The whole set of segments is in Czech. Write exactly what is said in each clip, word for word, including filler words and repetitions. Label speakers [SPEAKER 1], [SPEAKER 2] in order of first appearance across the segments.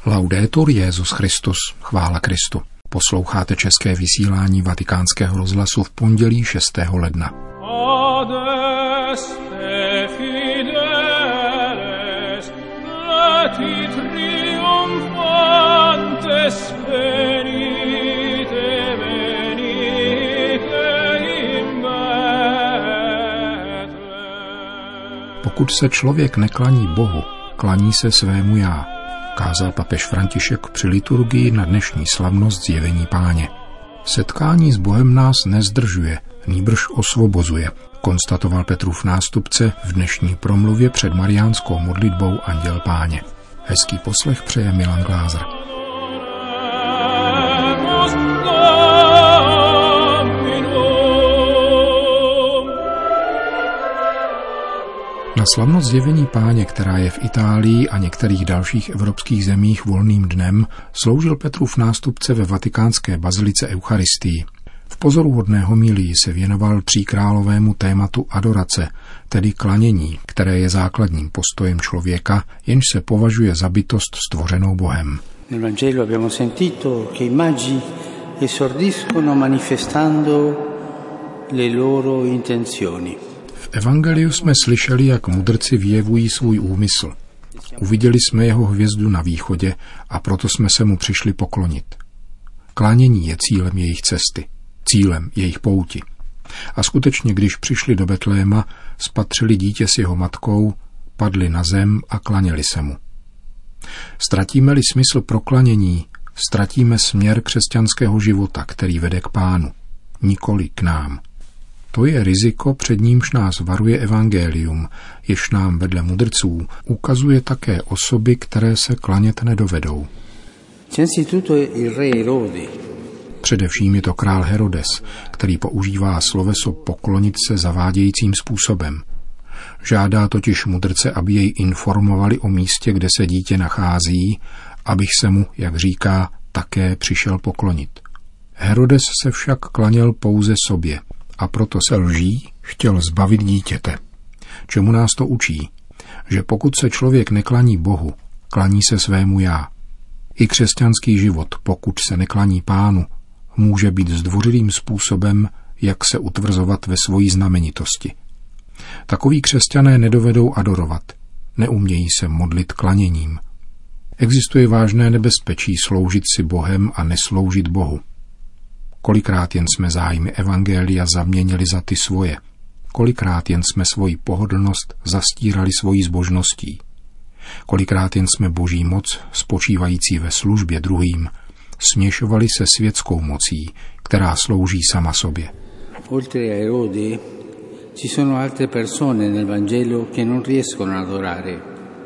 [SPEAKER 1] Laudetur Jesus Christus, chvála Kristu. Posloucháte české vysílání Vatikánského rozhlasu v pondělí šestého ledna. Pokud se člověk neklaní Bohu, klaní se svému já, kázal papež František při liturgii na dnešní slavnost Zjevení Páně. Setkání s Bohem nás nezdržuje, nýbrž osvobozuje, konstatoval Petrův nástupce v dnešní promluvě před mariánskou modlitbou Anděl Páně. Hezký poslech přeje Milan Glázer. Na slavnost Zjevení Páně, která je v Itálii a některých dalších evropských zemích volným dnem, sloužil Petrův nástupce ve vatikánské bazilice Eucharistii. V pozoruhodné homílii se věnoval tříkrálovému tématu adorace, tedy klanění, které je základním postojem člověka, jenž se považuje za bytost stvořenou Bohem.
[SPEAKER 2] Nel Vangelo abbiamo sentito che i magi esordiscono manifestando le loro intenzioni.
[SPEAKER 1] V evangeliu jsme slyšeli, jak mudrci vyjevují svůj úmysl. Uviděli jsme jeho hvězdu na východě a proto jsme se mu přišli poklonit. Klánění je cílem jejich cesty, cílem jejich pouti. A skutečně, když přišli do Betléma, spatřili dítě s jeho matkou, padli na zem a klaněli se mu. Ztratíme-li smysl pro klanění, ztratíme směr křesťanského života, který vede k Pánu, nikoli k nám. To je riziko, před nímž nás varuje evangelium, jež nám vedle mudrců ukazuje také osoby, které se klanět nedovedou. Především je to král Herodes, který používá sloveso poklonit se zavádějícím způsobem. Žádá totiž mudrce, aby jej informovali o místě, kde se dítě nachází, abych se mu, jak říká, také přišel poklonit. Herodes se však klaněl pouze sobě a proto se lží chtěl zbavit dítěte. Čemu nás to učí? Že pokud se člověk neklaní Bohu, klaní se svému já. I křesťanský život, pokud se neklaní Pánu, může být zdvořilým způsobem, jak se utvrzovat ve svojí znamenitosti. Takoví křesťané nedovedou adorovat, neumějí se modlit klaněním. Existuje vážné nebezpečí sloužit si Bohem a nesloužit Bohu. Kolikrát jen jsme zájmy evangelia zaměnili za ty svoje, kolikrát jen jsme svoji pohodlnost zastírali svojí zbožností, kolikrát jen jsme boží moc, spočívající ve službě druhým, směšovali se světskou mocí, která slouží sama sobě.
[SPEAKER 2] Oltre a Erode, ci sono altre persone nel Vangelo che non riescono a adorare.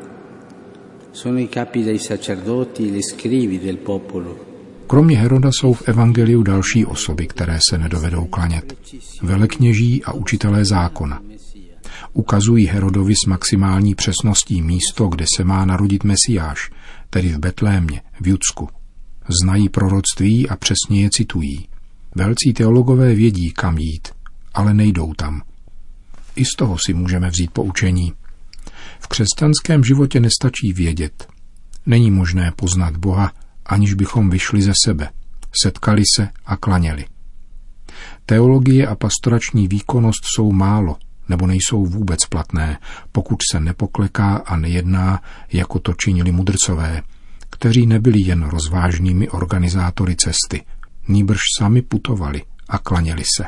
[SPEAKER 2] Sono i capi dei sacerdoti, gli scrivi del popolo.
[SPEAKER 1] Kromě Heroda jsou v evangeliu další osoby, které se nedovedou klanět. Velekněží a učitelé zákona. Ukazují Herodovi s maximální přesností místo, kde se má narodit Mesiáš, tedy v Betlémě, v Judsku. Znají proroctví a přesně je citují. Velcí teologové vědí, kam jít, ale nejdou tam. I z toho si můžeme vzít poučení. V křesťanském životě nestačí vědět. Není možné poznat Boha, aniž bychom vyšli ze sebe, setkali se a klaněli. Teologie a pastorační výkonnost jsou málo, nebo nejsou vůbec platné, pokud se nepokleká a nejedná, jako to činili mudrcové, kteří nebyli jen rozvážnými organizátory cesty, nýbrž sami putovali a klaněli se.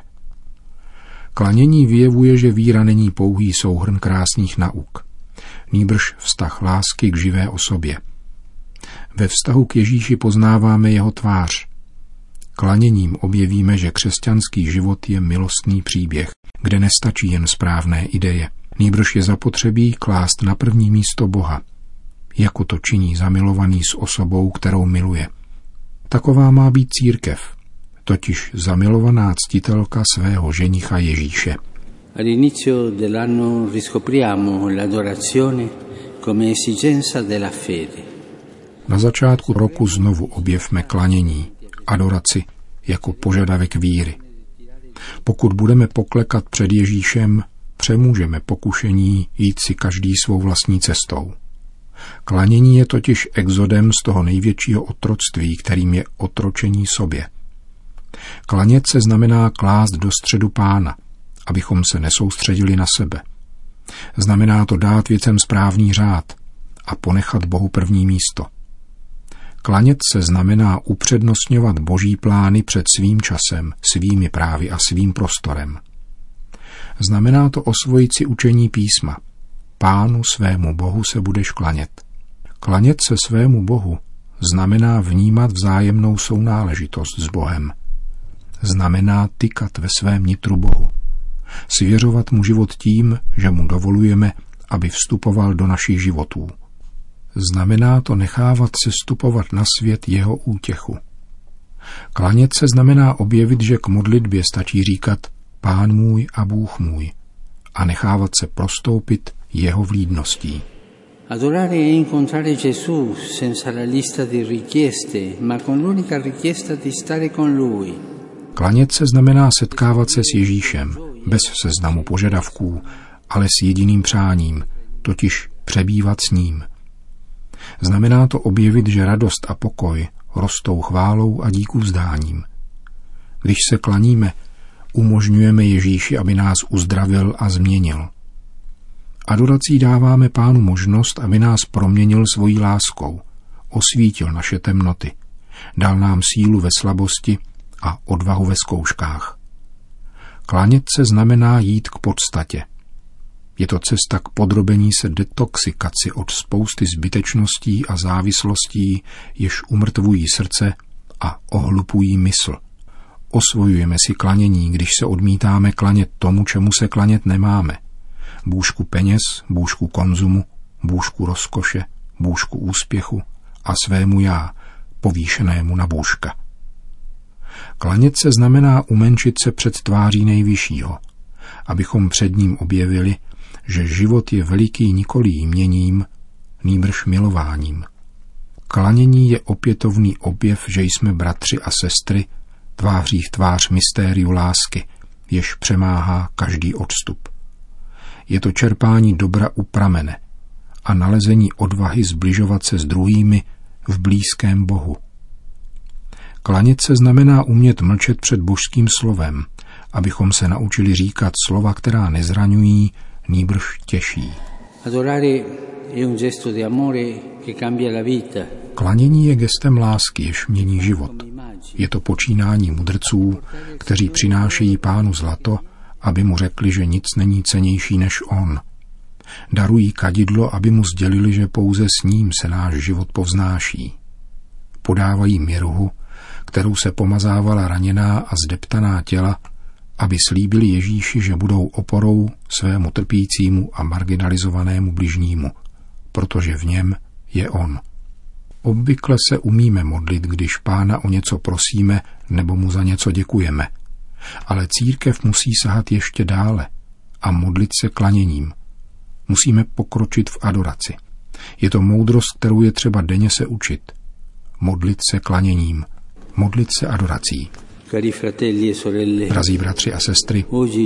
[SPEAKER 1] Klanění vyjevuje, že víra není pouhý souhrn krásných nauk, nýbrž vztah lásky k živé osobě. Ve vztahu k Ježíši poznáváme jeho tvář. Klaněním objevíme, že křesťanský život je milostný příběh, kde nestačí jen správné ideje, nýbrž je zapotřebí klást na první místo Boha, jako to činí zamilovaný s osobou, kterou miluje. Taková má být církev, totiž zamilovaná ctitelka svého ženicha Ježíše.
[SPEAKER 2] All'inizio dell'anno riscopriamo l'adorazione come esigenza della fede.
[SPEAKER 1] Na začátku roku znovu objevme klanění, adoraci jako požadavek víry. Pokud budeme poklekat před Ježíšem, přemůžeme pokušení jít si každý svou vlastní cestou. Klanění je totiž exodem z toho největšího otroctví, kterým je otročení sobě. Klanět se znamená klást do středu Pána, abychom se nesoustředili na sebe. Znamená to dát věcem správný řád a ponechat Bohu první místo. Klanět se znamená upřednostňovat Boží plány před svým časem, svými právy a svým prostorem. Znamená to osvojit si učení písma. Pánu svému Bohu se budeš klanět. Klanět se svému Bohu znamená vnímat vzájemnou sounáležitost s Bohem. Znamená tykat ve svém nitru Bohu. Svěřovat mu život tím, že mu dovolujeme, aby vstupoval do našich životů. Znamená to nechávat se vstupovat na svět jeho útěchu. Klanět se znamená objevit, že k modlitbě stačí říkat Pán můj a Bůh můj a nechávat se prostoupit jeho vlídností.
[SPEAKER 2] Adorare è incontrare Gesù senza la lista di richieste, ma con l'unica richiesta di stare con lui.
[SPEAKER 1] Klanět se znamená setkávat se s Ježíšem, bez seznamu požadavků, ale s jediným přáním, totiž přebývat s ním. Znamená to objevit, že radost a pokoj rostou chválou a díkuvzdáním. Když se klaníme, umožňujeme Ježíši, aby nás uzdravil a změnil. Adorací dáváme Pánu možnost, aby nás proměnil svojí láskou, osvítil naše temnoty, dal nám sílu ve slabosti a odvahu ve zkouškách. Klanět se znamená jít k podstatě. Je to cesta k podrobení se detoxikaci od spousty zbytečností a závislostí, jež umrtvují srdce a ohlupují mysl. Osvojujeme si klanění, když se odmítáme klanět tomu, čemu se klanět nemáme. Bůžku peněz, bůžku konzumu, bůžku rozkoše, bůžku úspěchu a svému já, povýšenému na bůžka. Klanět se znamená umenšit se před tváří nejvyššího, abychom před ním objevili, že život je veliký nikoli jměním, nýbrž milováním. Klanění je opětovný objev, že jsme bratři a sestry, tváří v tvář mystériu lásky, jež přemáhá každý odstup. Je to čerpání dobra u pramene a nalezení odvahy zbližovat se s druhými v blízkém Bohu. Klanět se znamená umět mlčet před božským slovem, abychom se naučili říkat slova, která nezraňují, nýbrž těší. Klanění je gestem lásky, jež mění život. Je to počínání mudrců, kteří přinášejí Pánu zlato, aby mu řekli, že nic není cennější než on. Darují kadidlo, aby mu sdělili, že pouze s ním se náš život povznáší. Podávají mirhu, kterou se pomazávala raněná a zdeptaná těla, aby slíbili Ježíši, že budou oporou svému trpícímu a marginalizovanému bližnímu, protože v něm je on. Obvykle se umíme modlit, když Pána o něco prosíme nebo mu za něco děkujeme, ale církev musí sahat ještě dále a modlit se klaněním. Musíme pokročit v adoraci. Je to moudrost, kterou je třeba denně se učit. Modlit se klaněním, modlit se adorací. Drazí bratři a sestry,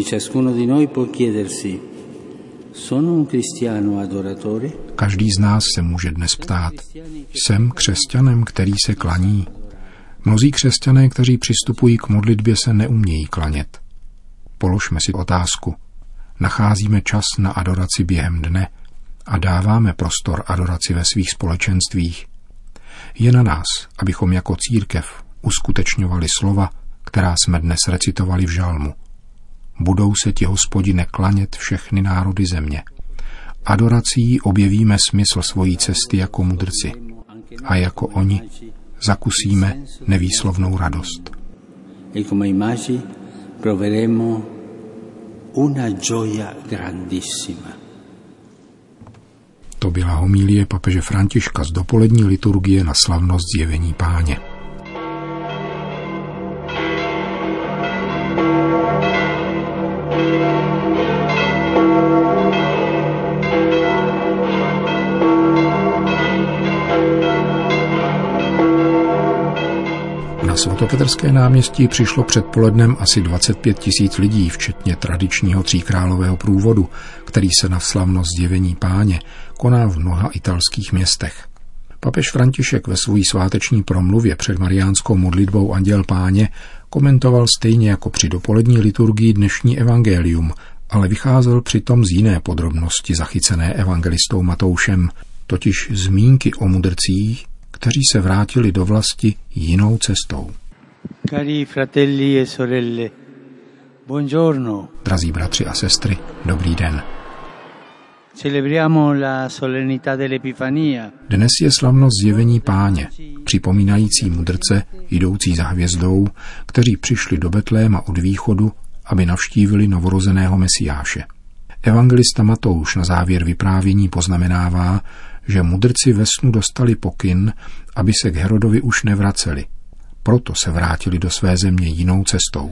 [SPEAKER 1] každý z nás se může dnes ptát, jsem křesťanem, který se klaní? Mnozí křesťané, kteří přistupují k modlitbě, se neumějí klanět. Položme si otázku. Nacházíme čas na adoraci během dne a dáváme prostor adoraci ve svých společenstvích. Je na nás, abychom jako církev uskutečňovali slova, která jsme dnes recitovali v žalmu. Budou se ti, Hospodine, klanět všechny národy země. Adorací objevíme smysl svojí cesty jako mudrci a jako oni zakusíme nevýslovnou radost.
[SPEAKER 2] E come i magi proveremo una gioia grandissima.
[SPEAKER 1] To byla homilie papeže Františka z dopolední liturgie na slavnost Zjevení Páně. Na svatopetrské náměstí přišlo předpolednem asi dvacet pět tisíc lidí, včetně tradičního tříkrálového průvodu, který se na slavnost Zjevení Páně koná v mnoha italských městech. Papež František ve své sváteční promluvě před mariánskou modlitbou Anděl Páně komentoval stejně jako při dopolední liturgii dnešní evangelium, ale vycházel přitom z jiné podrobnosti zachycené evangelistou Matoušem, totiž zmínky o mudrcích, kteří se vrátili do vlasti jinou cestou.
[SPEAKER 2] Cari fratelli e sorelle, buongiorno.
[SPEAKER 1] Drazí bratři a sestry, dobrý den.
[SPEAKER 2] Celebriamo la solennità dell'Epifania.
[SPEAKER 1] Dnes je slavnost Zjevení Páně, připomínající mudrce jdoucí za hvězdou, kteří přišli do Betléma od východu, aby navštívili novorozeného Mesiáše. Evangelista Matouš na závěr vyprávění poznamenává, že mudrci ve snu dostali pokyn, aby se k Herodovi už nevraceli. Proto se vrátili do své země jinou cestou.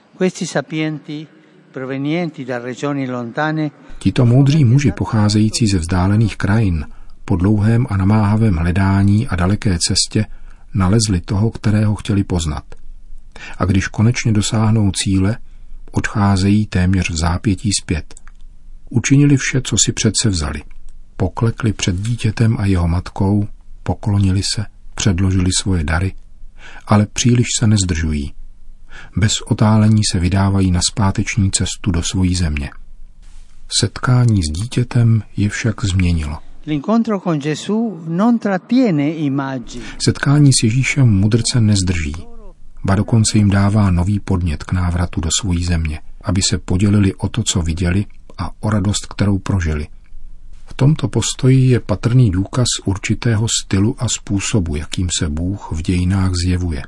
[SPEAKER 1] Tito moudří muži pocházející ze vzdálených krajin po dlouhém a namáhavém hledání a daleké cestě nalezli toho, kterého chtěli poznat. A když konečně dosáhnou cíle, odcházejí téměř v zápětí zpět. Učinili vše, co si přece vzali. Poklekli před dítětem a jeho matkou, poklonili se, předložili svoje dary, ale příliš se nezdržují. Bez otálení se vydávají na zpáteční cestu do svojí země. Setkání s dítětem je však změnilo. Setkání s Ježíšem mudrce nezdrží, ba dokonce jim dává nový podnět k návratu do svojí země, aby se podělili o to, co viděli, a o radost, kterou prožili. V tomto postoji je patrný důkaz určitého stylu a způsobu, jakým se Bůh v dějinách zjevuje.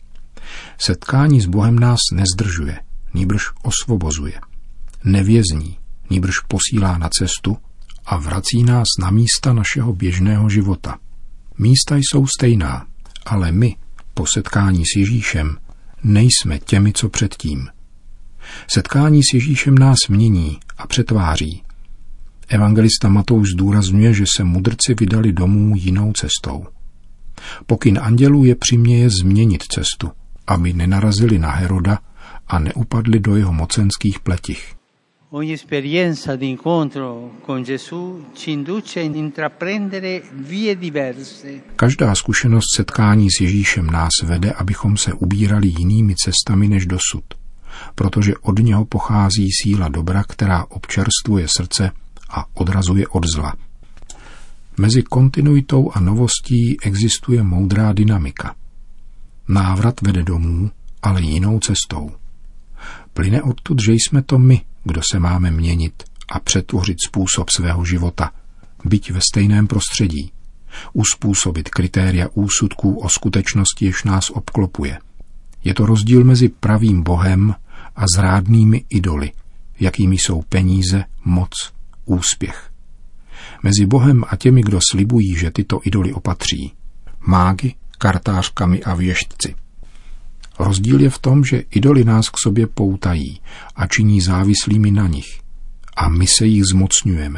[SPEAKER 1] Setkání s Bohem nás nezdržuje, nýbrž osvobozuje. Nevězní, nýbrž posílá na cestu a vrací nás na místa našeho běžného života. Místa jsou stejná, ale my, po setkání s Ježíšem, nejsme těmi, co předtím. Setkání s Ježíšem nás mění a přetváří. Evangelista Matouš zdůrazňuje, že se mudrci vydali domů jinou cestou. Pokyn andělů je přiměje změnit cestu, aby nenarazili na Heroda a neupadli do jeho mocenských pletich.
[SPEAKER 2] Ogni esperienza di incontro con Gesù ci induce a intraprendere vie diverse.
[SPEAKER 1] Každá zkušenost setkání s Ježíšem nás vede, abychom se ubírali jinými cestami než dosud, protože od něho pochází síla dobra, která občerstvuje srdce a odrazuje od zla. Mezi kontinuitou a novostí existuje moudrá dynamika. Návrat vede domů, ale jinou cestou. Plyne odtud, že jsme to my, kdo se máme měnit a přetvořit způsob svého života, byť ve stejném prostředí, uspůsobit kritéria úsudků o skutečnosti, jež nás obklopuje. Je to rozdíl mezi pravým Bohem a zrádnými idoly, jakými jsou peníze, moc, úspěch. Mezi Bohem a těmi, kdo slibují, že tyto idoly opatří, mágy, kartářkami a věštci. Rozdíl je v tom, že idoly nás k sobě poutají a činí závislými na nich a my se jich zmocňujeme.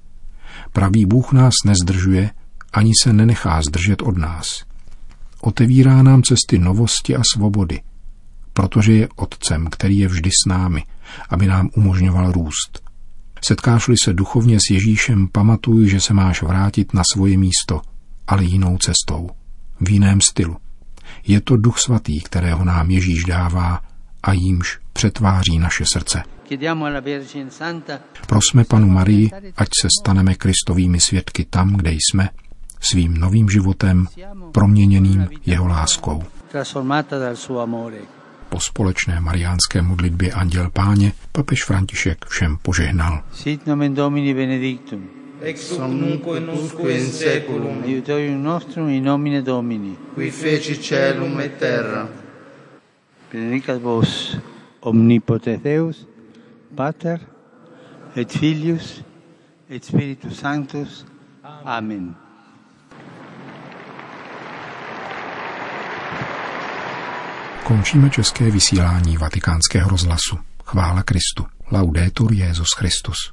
[SPEAKER 1] Pravý Bůh nás nezdržuje, ani se nenechá zdržet od nás. Otevírá nám cesty novosti a svobody, protože je Otcem, který je vždy s námi, aby nám umožňoval růst. Setkáš-li se duchovně s Ježíšem, pamatuj, že se máš vrátit na svoje místo, ale jinou cestou, v jiném stylu. Je to Duch Svatý, kterého nám Ježíš dává a jímž přetváří naše srdce. Prosme Panu Marii, ať se staneme Kristovými svědky tam, kde jsme, svým novým životem, proměněným jeho láskou. Po společné mariánské modlitbě Anděl Páně papež František všem požehnal.
[SPEAKER 2] Sit nomen Domini benedictum.
[SPEAKER 3] Ex hoc nunc et usque in seculum,
[SPEAKER 2] Aiutorium nostrum in nomine Domini,
[SPEAKER 3] qui feci caelum et terra.
[SPEAKER 2] Benedicat vos omnipotens Deus, Pater et Filius et Spiritus Sanctus. Amen.
[SPEAKER 1] Končíme české vysílání Vatikánského rozhlasu. Chvála Kristu. Laudetur Jesus Christus.